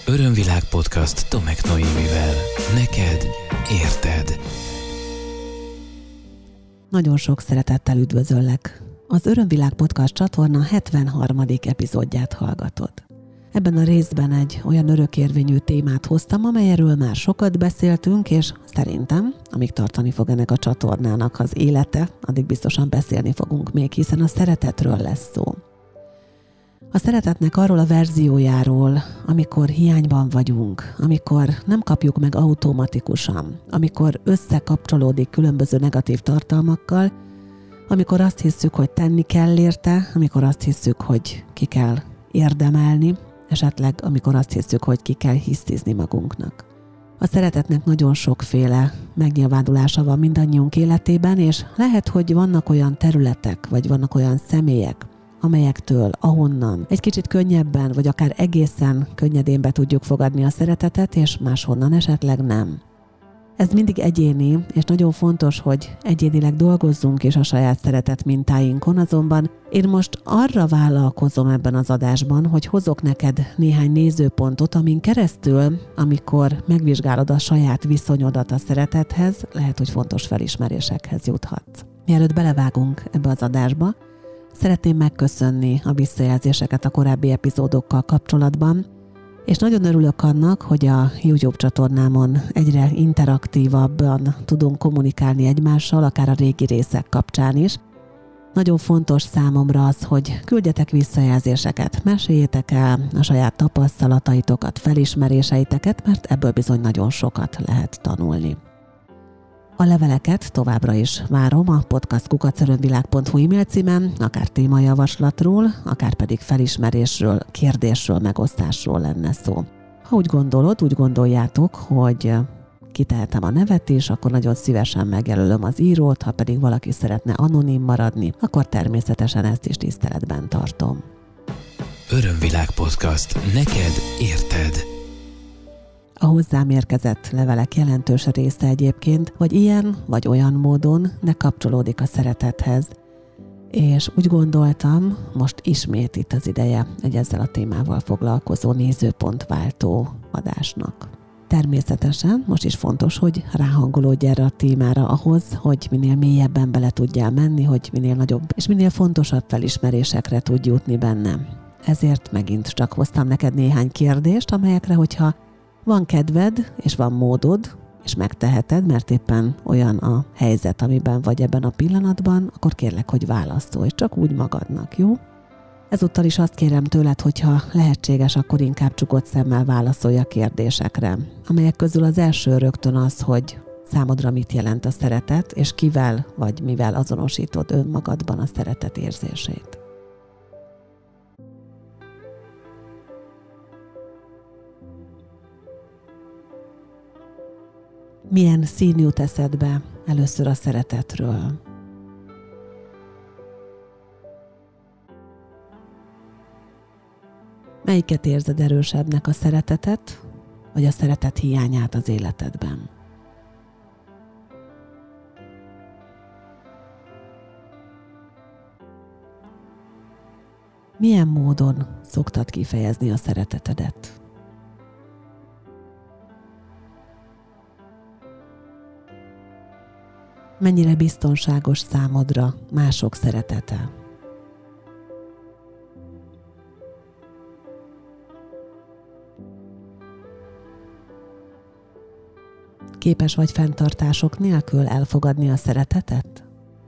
Örömvilág podcast Tomek Noémivel. Neked érted. Nagyon sok szeretettel üdvözöllek. Az Örömvilág podcast csatorna 73. epizódját hallgatod. Ebben a részben egy olyan örökérvényű témát hoztam, amelyről már sokat beszéltünk, és szerintem, amíg tartani fog ennek a csatornának az élete, addig biztosan beszélni fogunk még, hiszen a szeretetről lesz szó. A szeretetnek arról a verziójáról, amikor hiányban vagyunk, amikor nem kapjuk meg automatikusan, amikor összekapcsolódik különböző negatív tartalmakkal, amikor azt hisszük, hogy tenni kell érte, amikor azt hisszük, hogy ki kell érdemelni, esetleg amikor azt hisszük, hogy ki kell hisztizni magunknak. A szeretetnek nagyon sokféle megnyilvánulása van mindannyiunk életében, és lehet, hogy vannak olyan területek, vagy vannak olyan személyek, amelyektől, ahonnan egy kicsit könnyebben, vagy akár egészen könnyedén be tudjuk fogadni a szeretetet, és máshonnan esetleg nem. Ez mindig egyéni, és nagyon fontos, hogy egyénileg dolgozzunk is a saját szeretet mintáinkon, azonban én most arra vállalkozom ebben az adásban, hogy hozok neked néhány nézőpontot, amin keresztül, amikor megvizsgálod a saját viszonyodat a szeretethez, lehet, hogy fontos felismerésekhez juthatsz. Mielőtt belevágunk ebbe az adásba, szeretném megköszönni a visszajelzéseket a korábbi epizódokkal kapcsolatban, és nagyon örülök annak, hogy a YouTube csatornámon egyre interaktívabban tudunk kommunikálni egymással, akár a régi részek kapcsán is. Nagyon fontos számomra az, hogy küldjetek visszajelzéseket, meséljétek el a saját tapasztalataitokat, felismeréseiteket, mert ebből bizony nagyon sokat lehet tanulni. A leveleket továbbra is várom a podcast@örömvilág.hu e-mail címen, akár témajavaslatról, akár pedig felismerésről, kérdésről, megosztásról lenne szó. Ha úgy gondolod, úgy gondoljátok, hogy kitehetem a nevet is, akkor nagyon szívesen megjelölöm az írót, ha pedig valaki szeretne anonim maradni, akkor természetesen ezt is tiszteletben tartom. Örömvilág podcast. Neked érted. A hozzám érkezett levelek jelentős része egyébként, vagy ilyen, vagy olyan módon, de kapcsolódik a szeretethez. És úgy gondoltam, most ismét itt az ideje egy ezzel a témával foglalkozó nézőpontváltó adásnak. Természetesen most is fontos, hogy ráhangolódj erre a témára ahhoz, hogy minél mélyebben bele tudjál menni, hogy minél nagyobb és minél fontosabb felismerésekre tudj jutni benne. Ezért megint csak hoztam neked néhány kérdést, amelyekre, hogyha van kedved, és van módod, és megteheted, mert éppen olyan a helyzet, amiben vagy ebben a pillanatban, akkor kérlek, hogy válaszolj, csak úgy magadnak, jó? Ezúttal is azt kérem tőled, hogyha lehetséges, akkor inkább csukott szemmel válaszolj a kérdésekre, amelyek közül az első rögtön az, hogy számodra mit jelent a szeretet, és kivel vagy mivel azonosítod önmagadban a szeretet érzését. Milyen szín jut eszedbe először a szeretetről? Melyiket érzed erősebbnek, a szeretetet, vagy a szeretet hiányát az életedben? Milyen módon szoktad kifejezni a szeretetedet? Mennyire biztonságos számodra mások szeretete? Képes vagy fenntartások nélkül elfogadni a szeretetet?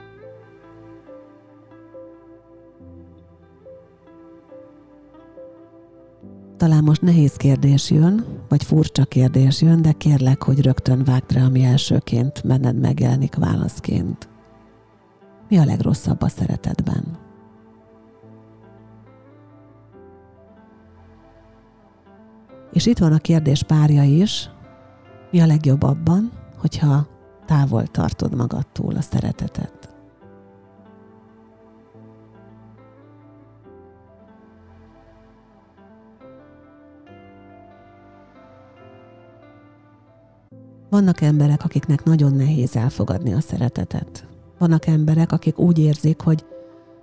Talán most nehéz kérdés jön, vagy furcsa kérdés jön, de kérlek, hogy rögtön vágd rá, ami elsőként benned megjelenik válaszként. Mi a legrosszabb a szeretetben? És itt van a kérdés párja is, mi a legjobb abban, hogyha távol tartod magadtól a szeretetet? Vannak emberek, akiknek nagyon nehéz elfogadni a szeretetet. Vannak emberek, akik úgy érzik, hogy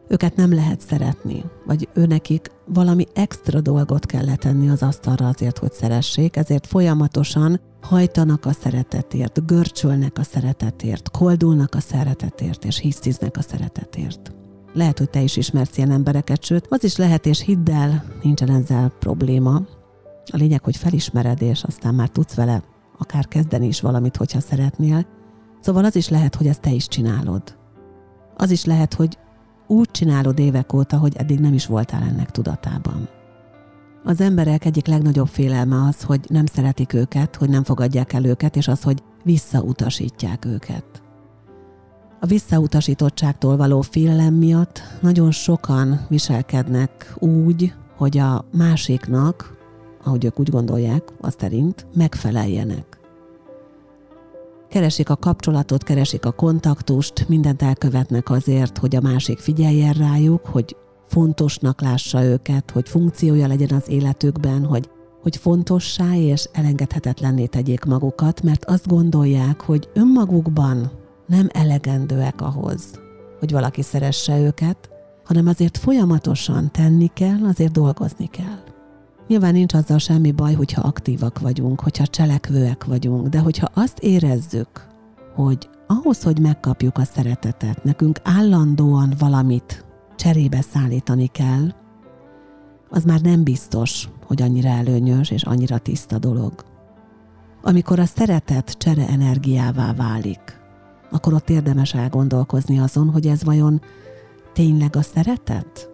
Őket nem lehet szeretni, vagy őnekik valami extra dolgot kell letenni az asztalra azért, hogy szeressék, ezért folyamatosan hajtanak a szeretetért, görcsölnek a szeretetért, koldulnak a szeretetért, és hisztiznek a szeretetért. Lehet, hogy te is ismersz ilyen embereket, sőt, az is lehet, és hidd el, nincsen ezzel probléma. A lényeg, hogy felismered, és aztán már tudsz vele akár kezdeni is valamit, hogyha szeretnél. Szóval az is lehet, hogy ezt te is csinálod. Az is lehet, hogy úgy csinálod évek óta, hogy eddig nem is voltál ennek tudatában. Az emberek egyik legnagyobb félelme az, hogy nem szeretik őket, hogy nem fogadják el őket, és az, hogy visszautasítják őket. A visszautasítottságtól való félelem miatt nagyon sokan viselkednek úgy, hogy a másiknak, ahogy ők úgy gondolják, azt szerint megfeleljenek. Keresik a kapcsolatot, keresik a kontaktust, mindent elkövetnek azért, hogy a másik figyeljen rájuk, hogy fontosnak lássa őket, hogy funkciója legyen az életükben, hogy fontossá és elengedhetetlenné tegyék magukat, mert azt gondolják, hogy önmagukban nem elegendőek ahhoz, hogy valaki szeresse őket, hanem azért folyamatosan tenni kell, azért dolgozni kell. Nyilván nincs azzal semmi baj, hogyha aktívak vagyunk, hogyha cselekvőek vagyunk, de hogyha azt érezzük, hogy ahhoz, hogy megkapjuk a szeretetet, nekünk állandóan valamit cserébe szállítani kell, az már nem biztos, hogy annyira előnyös és annyira tiszta dolog. Amikor a szeretet csere energiává válik, akkor ott érdemes elgondolkozni azon, hogy ez vajon tényleg a szeretet?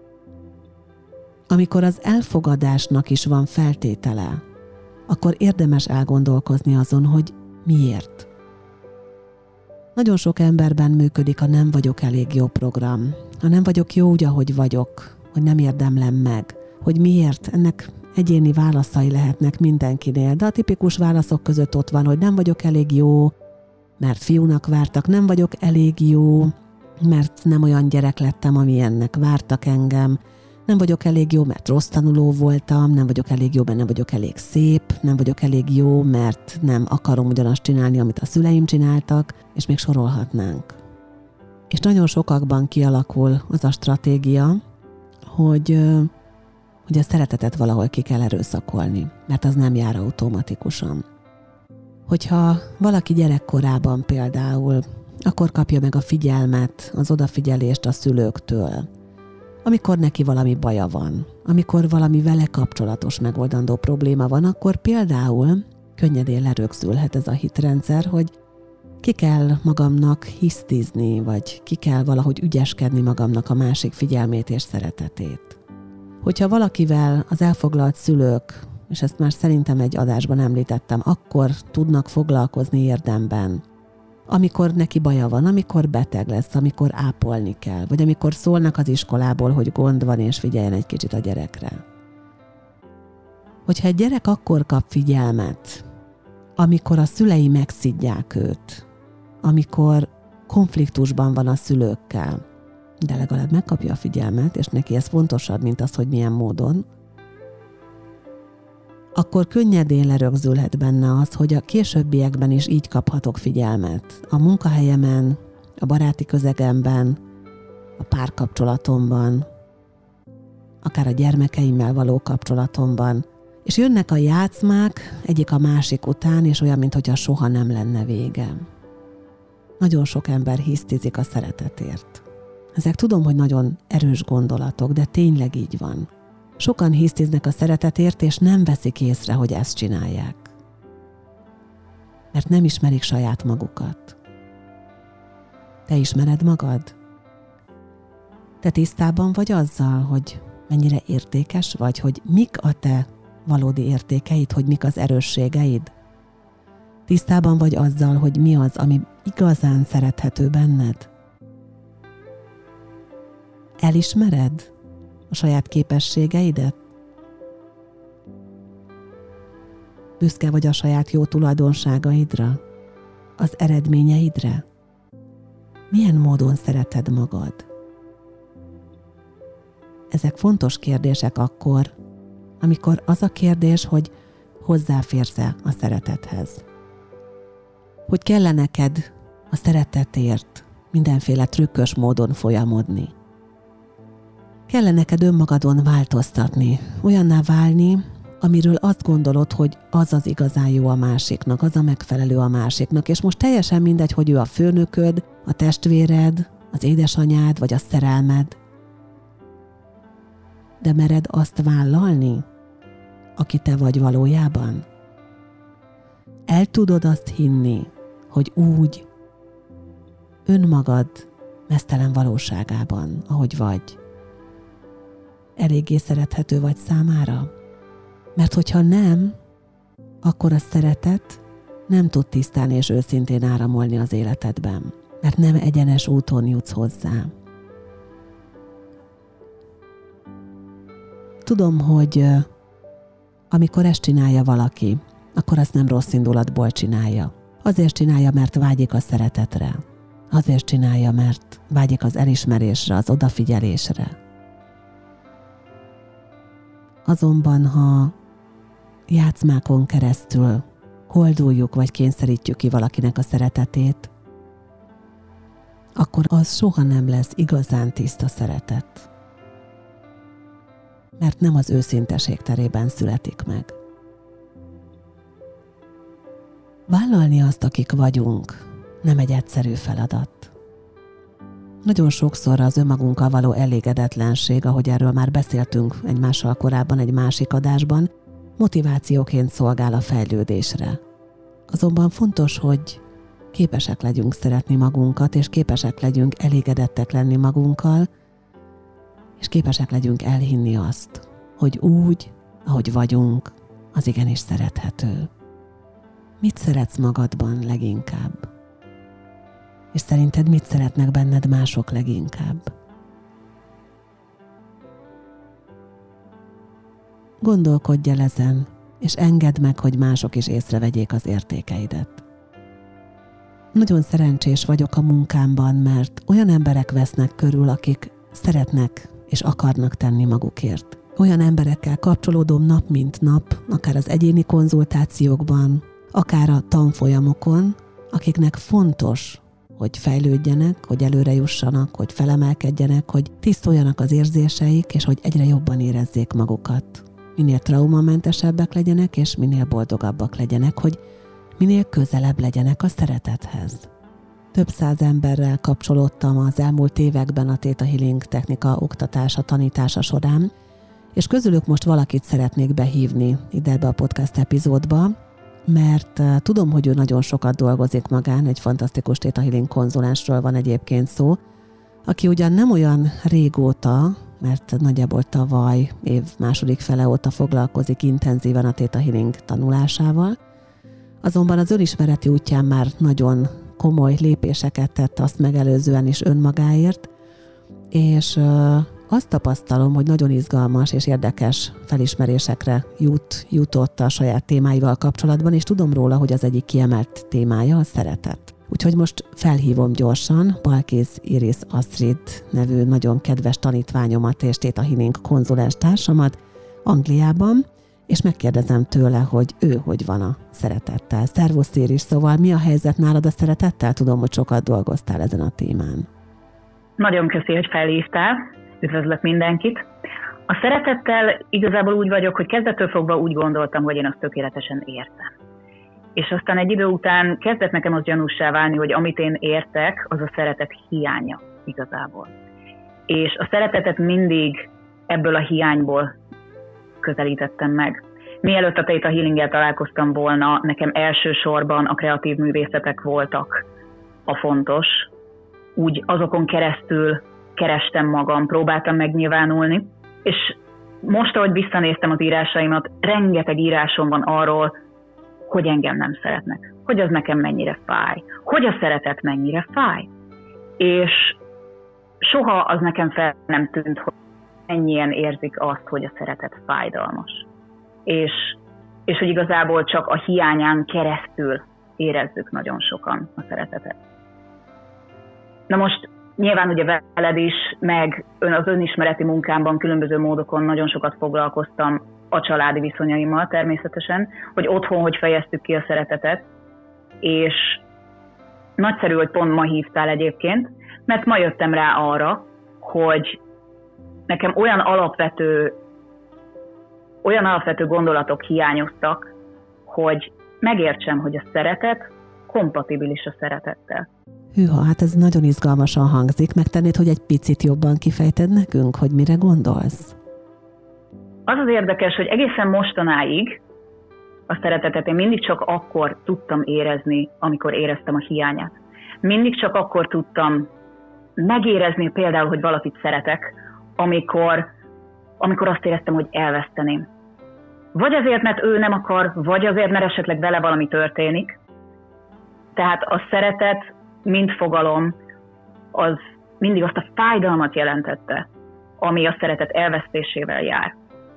Amikor az elfogadásnak is van feltétele, akkor érdemes elgondolkozni azon, hogy miért. Nagyon sok emberben működik a nem vagyok elég jó program, a nem vagyok jó úgy, ahogy vagyok, hogy nem érdemlem meg, hogy miért, ennek egyéni válaszai lehetnek mindenkinél, de a tipikus válaszok között ott van, hogy nem vagyok elég jó, mert fiúnak vártak, nem vagyok elég jó, mert nem olyan gyerek lettem, amilyennek vártak engem, nem vagyok elég jó, mert rossz tanuló voltam, nem vagyok elég jó, mert nem vagyok elég szép, nem vagyok elég jó, mert nem akarom ugyanazt csinálni, amit a szüleim csináltak, és még sorolhatnánk. És nagyon sokakban kialakul az a stratégia, hogy a szeretetet valahol ki kell erőszakolni, mert az nem jár automatikusan. Hogyha valaki gyerekkorában például, akkor kapja meg a figyelmet, az odafigyelést a szülőktől, amikor neki valami baja van, amikor valami vele kapcsolatos megoldandó probléma van, akkor például könnyedén lerögzülhet ez a hitrendszer, hogy ki kell magamnak hisztizni, vagy ki kell valahogy ügyeskedni magamnak a másik figyelmét és szeretetét. Hogyha valakivel az elfoglalt szülők, és ezt már szerintem egy adásban említettem, akkor tudnak foglalkozni érdemben, amikor neki baja van, amikor beteg lesz, amikor ápolni kell, vagy amikor szólnak az iskolából, hogy gond van, és figyeljen egy kicsit a gyerekre. Hogyha egy gyerek akkor kap figyelmet, amikor a szülei megszidják őt, amikor konfliktusban van a szülőkkel, de legalább megkapja a figyelmet, és neki ez fontosabb, mint az, hogy milyen módon, akkor könnyedén lerögzülhet benne az, hogy a későbbiekben is így kaphatok figyelmet. A munkahelyemen, a baráti közegemben, a párkapcsolatomban, akár a gyermekeimmel való kapcsolatomban. És jönnek a játszmák egyik a másik után, és olyan, mintha soha nem lenne vége. Nagyon sok ember hisztizik a szeretetért. Ezek tudom, hogy nagyon erős gondolatok, de tényleg így van. Sokan hisztiznek a szeretetért, és nem veszik észre, hogy ezt csinálják. Mert nem ismerik saját magukat. Te ismered magad? Te tisztában vagy azzal, hogy mennyire értékes vagy, hogy mik a te valódi értékeid, hogy mik az erősségeid? Tisztában vagy azzal, hogy mi az, ami igazán szerethető benned? Elismered a saját képességeidet? Büszke vagy a saját jó tulajdonságaidra? Az eredményeidre? Milyen módon szereted magad? Ezek fontos kérdések akkor, amikor az a kérdés, hogy hozzáférsz-e a szeretethez. Hogy kell neked a szeretetért mindenféle trükkös módon folyamodni. Kellene neked önmagadon változtatni, olyanná válni, amiről azt gondolod, hogy az az igazán jó a másiknak, az a megfelelő a másiknak, és most teljesen mindegy, hogy ő a főnököd, a testvéred, az édesanyád, vagy a szerelmed. De mered azt vállalni, aki te vagy valójában? El tudod azt hinni, hogy úgy, önmagad meztelen valóságában, ahogy vagy, eléggé szerethető vagy számára? Mert hogyha nem, akkor a szeretet nem tud tisztán és őszintén áramolni az életedben, mert nem egyenes úton jutsz hozzá. Tudom, hogy amikor ezt csinálja valaki, akkor azt nem rossz indulatból csinálja. Azért csinálja, mert vágyik a szeretetre. Azért csinálja, mert vágyik az elismerésre, az odafigyelésre. Azonban, ha játszmákon keresztül kolduljuk vagy kényszerítjük ki valakinek a szeretetét, akkor az soha nem lesz igazán tiszta szeretet. Mert nem az őszinteség terében születik meg. Vállalni azt, akik vagyunk, nem egy egyszerű feladat. Nagyon sokszor az önmagunkkal való elégedetlenség, ahogy erről már beszéltünk egymással korábban egy másik adásban, motivációként szolgál a fejlődésre. Azonban fontos, hogy képesek legyünk szeretni magunkat, és képesek legyünk elégedettek lenni magunkkal, és képesek legyünk elhinni azt, hogy úgy, ahogy vagyunk, az igenis szerethető. Mit szeretsz magadban leginkább? És szerinted mit szeretnek benned mások leginkább? Gondolkodj el ezen, és engedd meg, hogy mások is észrevegyék az értékeidet. Nagyon szerencsés vagyok a munkámban, mert olyan emberek vesznek körül, akik szeretnek és akarnak tenni magukért. Olyan emberekkel kapcsolódom nap mint nap, akár az egyéni konzultációkban, akár a tanfolyamokon, akiknek fontos, hogy fejlődjenek, hogy előre jussanak, hogy felemelkedjenek, hogy tisztuljanak az érzéseik, és hogy egyre jobban érezzék magukat. Minél traumamentesebbek legyenek, és minél boldogabbak legyenek, hogy minél közelebb legyenek a szeretethez. Több száz emberrel kapcsolódtam az elmúlt években a Theta Healing technika oktatása, tanítása során, és közülük most valakit szeretnék behívni ide ebbe a podcast epizódba, mert tudom, hogy ő nagyon sokat dolgozik magán, egy fantasztikus Theta Healing konzulensről van egyébként szó, aki ugyan nem olyan régóta, mert nagyjából tavaly év második fele óta foglalkozik intenzíven a Theta Healing tanulásával, azonban az önismereti útján már nagyon komoly lépéseket tett azt megelőzően is önmagáért, és azt tapasztalom, hogy nagyon izgalmas és érdekes felismerésekre jutott a saját témáival kapcsolatban, és tudom róla, hogy az egyik kiemelt témája a szeretet. Úgyhogy most felhívom gyorsan Balkész Iris Astrid nevű nagyon kedves tanítványomat és Theta Healing konzulens társamat Angliában, és megkérdezem tőle, hogy ő hogy van a szeretettel. Szervusz Iris, szóval mi a helyzet nálad a szeretettel? Tudom, hogy sokat dolgoztál ezen a témán. Nagyon köszi, hogy felhívtál. Üdvözlök mindenkit. A szeretettel igazából úgy vagyok, hogy kezdettől fogva úgy gondoltam, hogy én azt tökéletesen értem. És aztán egy idő után kezdett nekem az gyanússá válni, hogy amit én értek, az a szeretet hiánya igazából. És a szeretetet mindig ebből a hiányból közelítettem meg. Mielőtt a Theta Healinggel találkoztam volna, nekem elsősorban a kreatív művészetek voltak a fontos. Úgy azokon keresztül kerestem magam, próbáltam megnyilvánulni, és most, ahogy visszanéztem az írásaimat, rengeteg írásom van arról, hogy engem nem szeretnek, hogy az nekem mennyire fáj, hogy a szeretet mennyire fáj. És soha az nekem fel nem tűnt, hogy ennyien érzik azt, hogy a szeretet fájdalmas. És hogy igazából csak a hiányán keresztül érezzük nagyon sokan a szeretetet. Na most nyilván ugye veled is, meg az önismereti munkámban különböző módokon nagyon sokat foglalkoztam a családi viszonyaimmal természetesen, hogy otthon hogy fejeztük ki a szeretetet, és nagyszerű, hogy pont ma hívtál egyébként, mert ma jöttem rá arra, hogy nekem olyan alapvető gondolatok hiányoztak, hogy megértsem, hogy a szeretet kompatibilis a szeretettel. Hűha, hát ez nagyon izgalmasan hangzik. Megtennéd, hogy egy picit jobban kifejted nekünk, hogy mire gondolsz? Az az érdekes, hogy egészen mostanáig a szeretetet én mindig csak akkor tudtam érezni, amikor éreztem a hiányát. Mindig csak akkor tudtam megérezni például, hogy valakit szeretek, amikor azt éreztem, hogy elveszteném. Vagy azért, mert ő nem akar, vagy azért, mert esetleg vele valami történik. Tehát a szeretet, mint fogalom, az mindig azt a fájdalmat jelentette, ami a szeretet elvesztésével jár.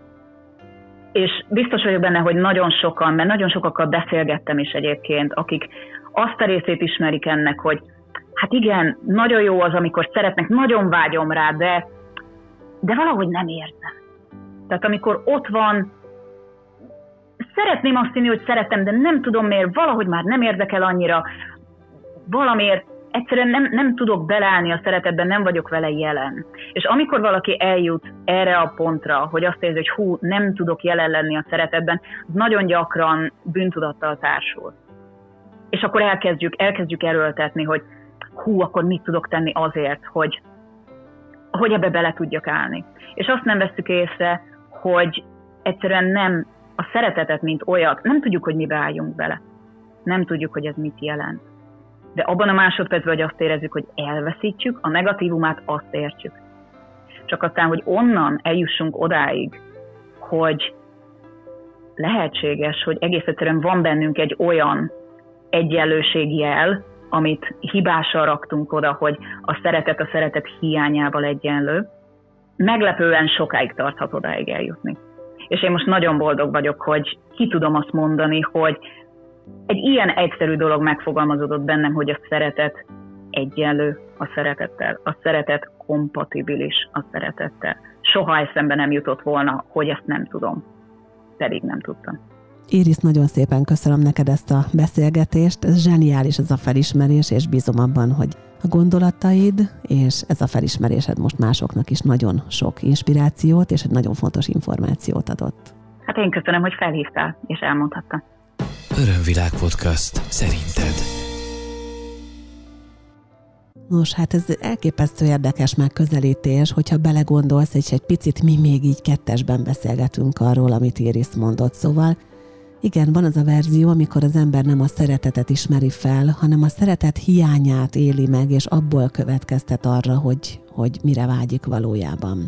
És biztos vagyok benne, hogy nagyon sokakkal beszélgettem is egyébként, akik azt a részét ismerik ennek, hogy hát igen, nagyon jó az, amikor szeretnek, nagyon vágyom rá, de valahogy nem érzem. Tehát amikor ott van, szeretném azt hinni, hogy szeretem, de nem tudom miért, valahogy már nem érdekel annyira, valamiért egyszerűen nem tudok beleállni a szeretetben, nem vagyok vele jelen. És amikor valaki eljut erre a pontra, hogy azt érzi, hogy nem tudok jelen lenni a szeretetben, nagyon gyakran bűntudattal társul. És akkor elkezdjük erőltetni, hogy akkor mit tudok tenni azért, hogy ebbe bele tudjak állni. És azt nem vesszük észre, hogy egyszerűen nem a szeretetet, mint olyat, nem tudjuk, hogy mibe álljunk bele. Nem tudjuk, hogy ez mit jelent. De abban a másodpercben, hogy azt érezzük, hogy elveszítjük, a negatívumát azt értjük. Csak aztán, hogy onnan eljussunk odáig, hogy lehetséges, hogy egész egyszerűen van bennünk egy olyan egyenlőségjel, amit hibással raktunk oda, hogy a szeretet hiányával egyenlő, meglepően sokáig tarthat odáig eljutni. És én most nagyon boldog vagyok, hogy ki tudom azt mondani, hogy egy ilyen egyszerű dolog megfogalmazódott bennem, hogy a szeretet egyenlő a szeretettel, a szeretet kompatibilis a szeretettel. Soha eszembe nem jutott volna, hogy ezt nem tudom. Pedig nem tudtam. Iris, nagyon szépen köszönöm neked ezt a beszélgetést. Ez zseniális ez a felismerés, és bízom abban, hogy a gondolataid és ez a felismerésed most másoknak is nagyon sok inspirációt és egy nagyon fontos információt adott. Hát én köszönöm, hogy felhívtál és elmondhattam. Örömvilág podcast szerinted? Nos, hát ez elképesztő érdekes megközelítés, hogyha belegondolsz, és egy picit mi még így kettesben beszélgetünk arról, amit Iris mondott. Szóval igen, van az a verzió, amikor az ember nem a szeretetet ismeri fel, hanem a szeretet hiányát éli meg, és abból következtet arra, hogy mire vágyik valójában.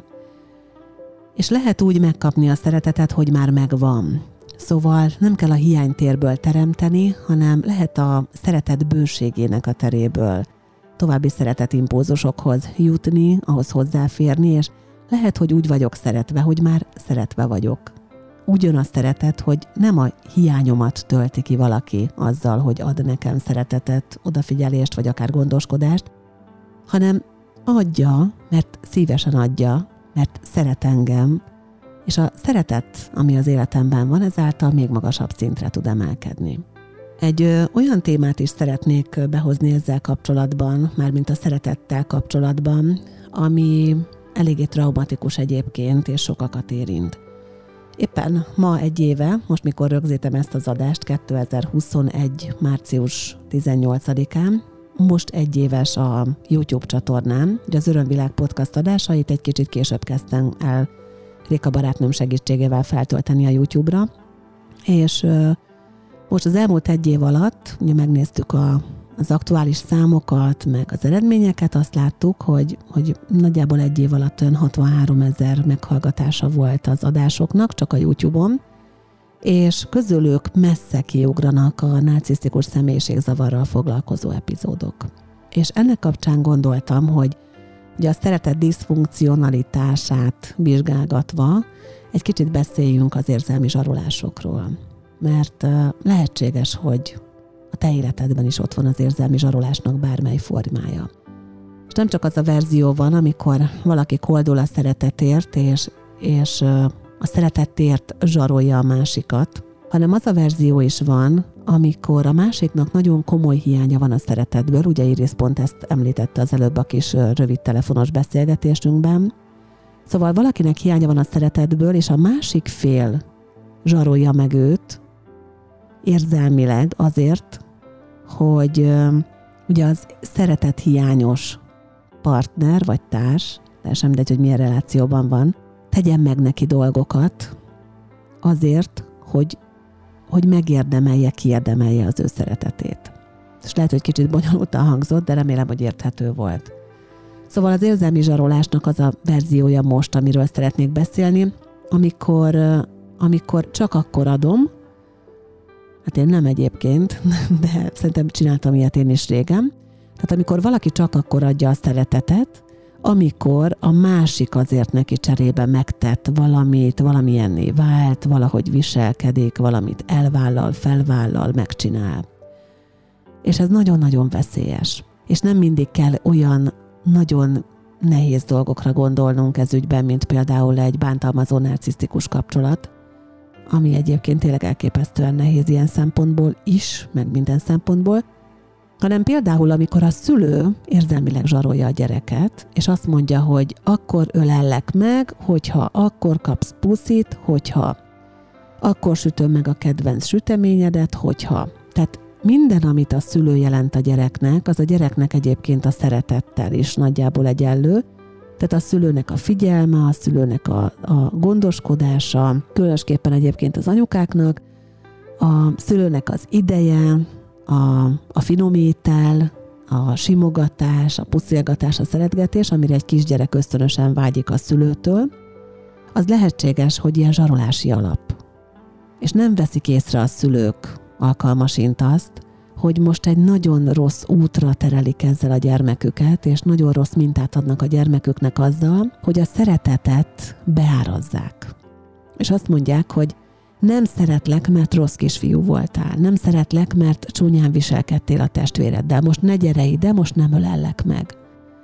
És lehet úgy megkapni a szeretetet, hogy már megvan. Szóval nem kell a hiánytérből teremteni, hanem lehet a szeretet bőségének a teréből további szeretetimpulzusokhoz jutni, ahhoz hozzáférni, és lehet, hogy úgy vagyok szeretve, hogy már szeretve vagyok. Úgy jön a szeretet, hogy nem a hiányomat tölti ki valaki azzal, hogy ad nekem szeretetet, odafigyelést, vagy akár gondoskodást, hanem adja, mert szívesen adja, mert szeret engem, és a szeretet, ami az életemben van, ezáltal még magasabb szintre tud emelkedni. Egy olyan témát is szeretnék behozni ezzel kapcsolatban, mármint a szeretettel kapcsolatban, ami eléggé traumatikus egyébként, és sokakat érint. Éppen ma egy éve, most mikor rögzítem ezt az adást, 2021. március 18-án, most egy éves a YouTube csatornám, ugye az Örömvilág podcast adásait egy kicsit később kezdtem el Réka barátnőm segítségével feltölteni a YouTube-ra, és most az elmúlt egy év alatt, ugye megnéztük az aktuális számokat, meg az eredményeket, azt láttuk, hogy nagyjából egy év alatt olyan 63 000 meghallgatása volt az adásoknak, csak a YouTube-on, és közülük messze kiugranak a narcisztikus személyiségzavarral foglalkozó epizódok. És ennek kapcsán gondoltam, hogy ugye a szeretet diszfunkcionalitását vizsgálgatva egy kicsit beszéljünk az érzelmi zsarolásokról. Mert lehetséges, hogy a te életedben is ott van az érzelmi zsarolásnak bármely formája. És nem csak az a verzió van, amikor valaki koldul a szeretetért, és a szeretetért zsarolja a másikat, hanem az a verzió is van, amikor a másiknak nagyon komoly hiánya van a szeretetből, ugye Iris pont ezt említette az előbb a kis rövid telefonos beszélgetésünkben, Szóval valakinek hiánya van a szeretetből, és a másik fél zsarolja meg őt érzelmileg azért, hogy ugye az szeretet hiányos partner vagy társ, de sem mindegy, hogy milyen relációban van, tegyen meg neki dolgokat azért, hogy megérdemelje, kiérdemelje az ő szeretetét. És lehet, hogy kicsit bonyolultan hangzott, de remélem, hogy érthető volt. Szóval az érzelmi zsarolásnak az a verziója most, amiről szeretnék beszélni, amikor csak akkor adom, hát én nem egyébként, de szerintem csináltam ilyet én is régen, tehát amikor valaki csak akkor adja a szeretetet, amikor a másik azért neki cserébe megtett valamit, valamilyenné vált, valahogy viselkedik, valamit elvállal, felvállal, megcsinál. És ez nagyon-nagyon veszélyes. És nem mindig kell olyan nagyon nehéz dolgokra gondolnunk ez ügyben, mint például egy bántalmazó narcisztikus kapcsolat, ami egyébként tényleg elképesztően nehéz ilyen szempontból is, meg minden szempontból, hanem például, amikor a szülő érzelmileg zsarolja a gyereket, és azt mondja, hogy akkor ölellek meg, hogyha akkor kapsz puszit, hogyha akkor sütöm meg a kedvenc süteményedet, hogyha. Tehát minden, amit a szülő jelent a gyereknek, az a gyereknek egyébként a szeretettel is nagyjából egyenlő. Tehát a szülőnek a figyelme, a szülőnek a gondoskodása, különösképpen egyébként az anyukáknak, a szülőnek az ideje, a finomítel, a simogatás, a puszilgatás, a szeretgetés, amire egy kisgyerek ösztönösen vágyik a szülőtől, az lehetséges, hogy ilyen zsarolási alap. És nem veszik észre a szülők alkalmasint azt, hogy most egy nagyon rossz útra terelik ezzel a gyermeküket, és nagyon rossz mintát adnak a gyermeküknek azzal, hogy a szeretetet beárazzák. És azt mondják, hogy nem szeretlek, mert rossz kisfiú voltál. Nem szeretlek, mert csúnyán viselkedtél a testvéreddel. Most ne gyere ide, most nem ölellek meg.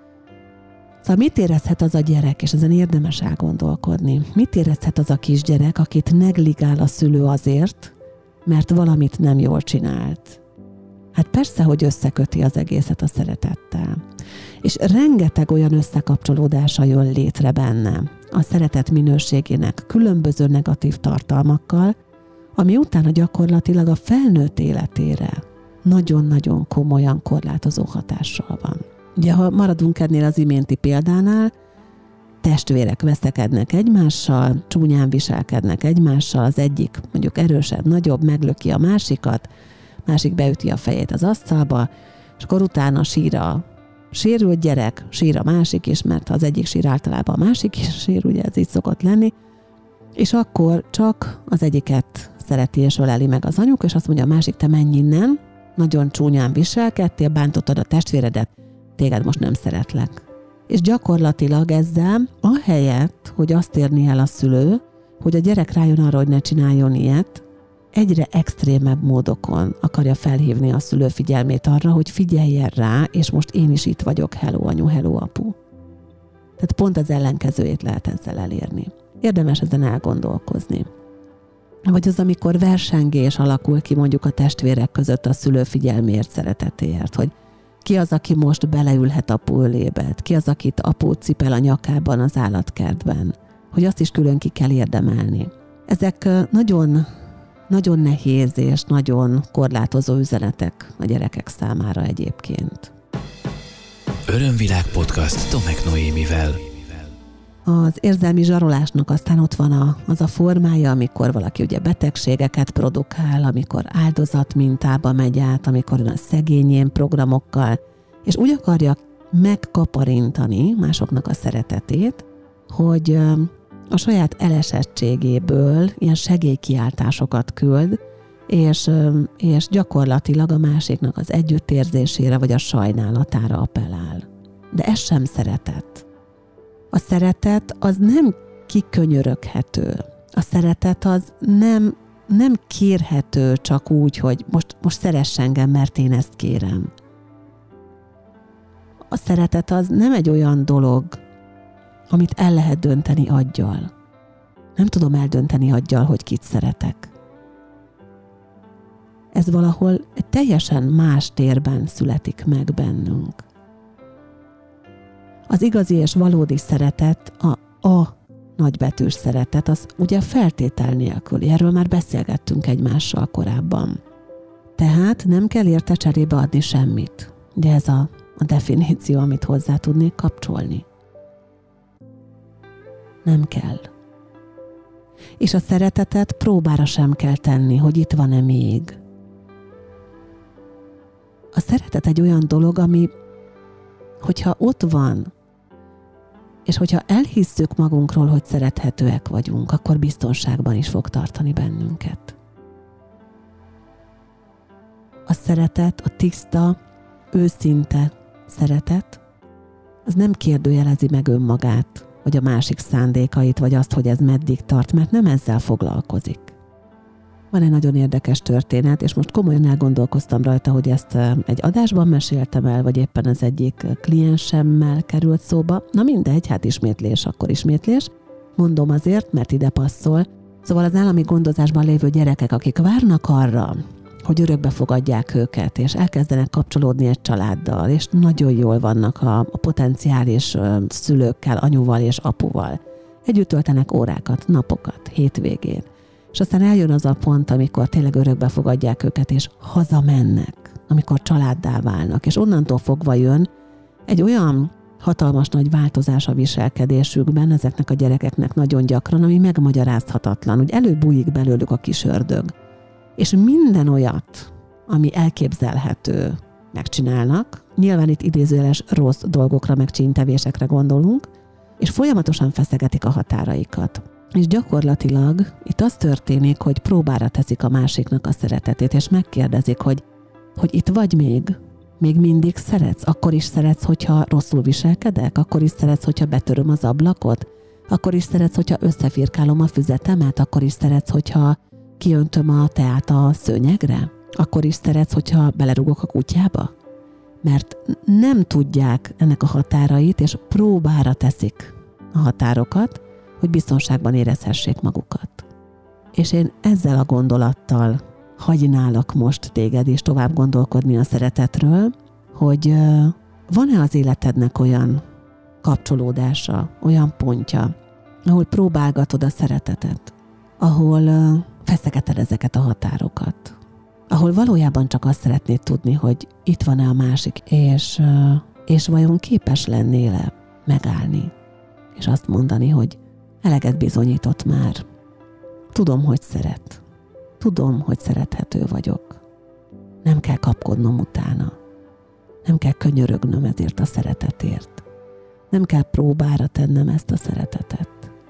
Szóval mit érezhet az a gyerek, és ezen érdemes elgondolkodni? Mit érezhet az a kisgyerek, akit negligál a szülő azért, mert valamit nem jól csinált? Hát persze, hogy összeköti az egészet a szeretettel. És rengeteg olyan összekapcsolódása jön létre benne a szeretet minőségének különböző negatív tartalmakkal, ami utána gyakorlatilag a felnőtt életére nagyon-nagyon komolyan korlátozó hatással van. Ugye, ha maradunk ennél az iménti példánál, testvérek veszekednek egymással, csúnyán viselkednek egymással, az egyik mondjuk erősebb, nagyobb, meglöki a másikat, másik beüti a fejét az asztalba, és akkor utána sír a sérült gyerek, sír a másik is, mert ha az egyik sír, általában a másik is sír, ugye ez így szokott lenni, és akkor csak az egyiket szereti és öleli meg az anyuk, és azt mondja a másik, te menj innen, nagyon csúnyán viselkedtél, bántottad a testvéredet, téged most nem szeretlek. És gyakorlatilag ezzel, ahelyett, hogy azt érni el a szülő, hogy a gyerek rájön arra, hogy ne csináljon ilyet, egyre extrémebb módokon akarja felhívni a szülő figyelmét arra, hogy figyeljen rá, és most én is itt vagyok, hello anyu, hello apu. Tehát pont az ellenkezőjét lehet ezzel elérni. Érdemes ezen elgondolkozni. Vagy az, amikor versengés alakul ki mondjuk a testvérek között a szülő figyelméért, szeretetéért, hogy ki az, aki most beleülhet apu ölébe, ki az, akit apu cipel a nyakában az állatkertben, hogy azt is külön ki kell érdemelni. Ezek nagyon nehéz és nagyon korlátozó üzenetek a gyerekek számára egyébként. Örömvilág podcast Tomek Noémivel. Az érzelmi zsarolásnak aztán ott van az a formája, amikor valaki ugye betegségeket produkál, amikor áldozatmintába megy át, amikor a szegényén programokkal, és úgy akarja megkaparintani másoknak a szeretetét, hogy a saját elesettségéből ilyen segélykiáltásokat küld, és gyakorlatilag a másiknak az együttérzésére vagy a sajnálatára appellál. De ez sem szeretet. A szeretet az nem kikönyöröghető. A szeretet az nem kérhető csak úgy, hogy most szeress engem, mert én ezt kérem. A szeretet az nem egy olyan dolog, amit el lehet dönteni aggyal. Nem tudom eldönteni aggyal, hogy kit szeretek. Ez valahol egy teljesen más térben születik meg bennünk. Az igazi és valódi szeretet a nagybetűs szeretet, az ugye feltétel nélküli. Erről már beszélgettünk egymással korábban. Tehát nem kell érte cserébe adni semmit. Ugye ez a definíció, amit hozzá tudnék kapcsolni. Nem kell. És a szeretetet próbára sem kell tenni, hogy itt van-e még. A szeretet egy olyan dolog, ami, hogyha ott van, és hogyha elhisszük magunkról, hogy szerethetőek vagyunk, akkor biztonságban is fog tartani bennünket. A szeretet, a tiszta, őszinte szeretet, az nem kérdőjelezi meg önmagát, vagy a másik szándékait, vagy azt, hogy ez meddig tart, mert nem ezzel foglalkozik. Van egy nagyon érdekes történet, és most komolyan elgondolkoztam rajta, hogy ezt egy adásban meséltem el, vagy éppen az egyik kliensemmel került szóba. Na mindegy, hát ismétlés, akkor ismétlés. Mondom azért, mert ide passzol. Szóval az állami gondozásban lévő gyerekek, akik várnak arra, hogy örökbe fogadják őket, és elkezdenek kapcsolódni egy családdal, és nagyon jól vannak a potenciális szülőkkel, anyuval és apuval. Együtt töltenek órákat, napokat, hétvégén. És aztán eljön az a pont, amikor tényleg örökbe fogadják őket, és hazamennek, amikor családdá válnak, és onnantól fogva jön egy olyan hatalmas nagy változás a viselkedésükben ezeknek a gyerekeknek nagyon gyakran, ami megmagyarázhatatlan, hogy előbújik belőlük a kis ördög. És minden olyat, ami elképzelhető, megcsinálnak, nyilván itt idézőjeles rossz dolgokra, meg csíntevésekre gondolunk, és folyamatosan feszegetik a határaikat. És gyakorlatilag itt az történik, hogy próbára teszik a másiknak a szeretetét, és megkérdezik, hogy itt vagy még mindig szeretsz? Akkor is szeretsz, hogyha rosszul viselkedek? Akkor is szeretsz, hogyha betöröm az ablakot? Akkor is szeretsz, hogyha összefirkálom a füzetemet? Akkor is szeretsz, hogyha kiöntöm a teát a szőnyegre? Akkor is szeretsz, hogyha belerugok a kutyába? Mert nem tudják ennek a határait, és próbára teszik a határokat, hogy biztonságban érezhessék magukat. És én ezzel a gondolattal hagynálak most téged is tovább gondolkodni a szeretetről, hogy van-e az életednek olyan kapcsolódása, olyan pontja, ahol próbálgatod a szeretetet, ahol feszegeted ezeket a határokat, ahol valójában csak azt szeretnéd tudni, hogy itt van-e a másik, és vajon képes lennél-e megállni, és azt mondani, hogy eleget bizonyított már. Tudom, hogy szeret. Tudom, hogy szerethető vagyok. Nem kell kapkodnom utána. Nem kell könyörögnöm ezért a szeretetért. Nem kell próbára tennem ezt a szeretetet.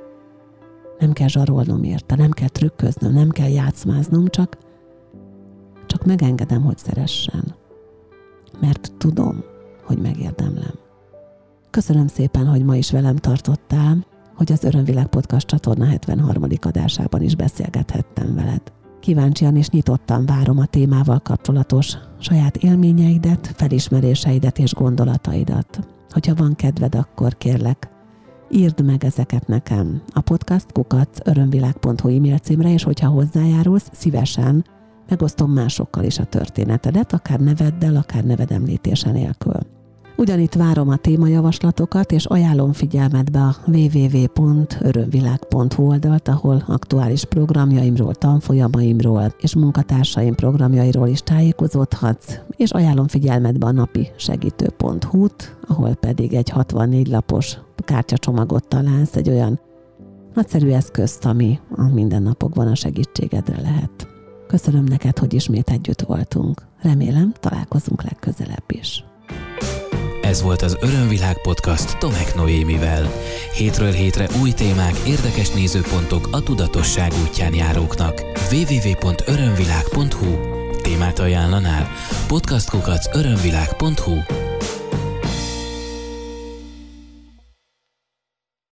Nem kell zsarolnom érte, nem kell trükköznöm, nem kell játszmáznom, csak megengedem, hogy szeressen. Mert tudom, hogy megérdemlem. Köszönöm szépen, hogy ma is velem tartottál, hogy az Örömvilág Podcast csatorna 73. adásában is beszélgethettem veled. Kíváncsian és nyitottan várom a témával kapcsolatos saját élményeidet, felismeréseidet és gondolataidat. Hogyha van kedved, akkor kérlek, írd meg ezeket nekem a podcast@örömvilág.hu e-mail címre, és hogyha hozzájárulsz, szívesen megosztom másokkal is a történetedet, akár neveddel, akár neved említése nélkül. Ugyanitt várom a témajavaslatokat, és ajánlom figyelmetbe a www.örömvilág.hu oldalt, ahol aktuális programjaimról, tanfolyamaimról és munkatársaim programjairól is tájékozódhatsz, és ajánlom figyelmetbe a napisegítő.hu-t, ahol pedig egy 64 lapos kártyacsomagot találsz, egy olyan nagyszerű eszközt, ami a mindennapokban a segítségedre lehet. Köszönöm neked, hogy ismét együtt voltunk. Remélem, találkozunk legközelebb is. Ez volt az Örömvilág Podcast Tomek Noémivel. Hétről hétre új témák, érdekes nézőpontok a tudatosság útján járóknak. www.örömvilág.hu Témát ajánlanál? podcast@örömvilág.hu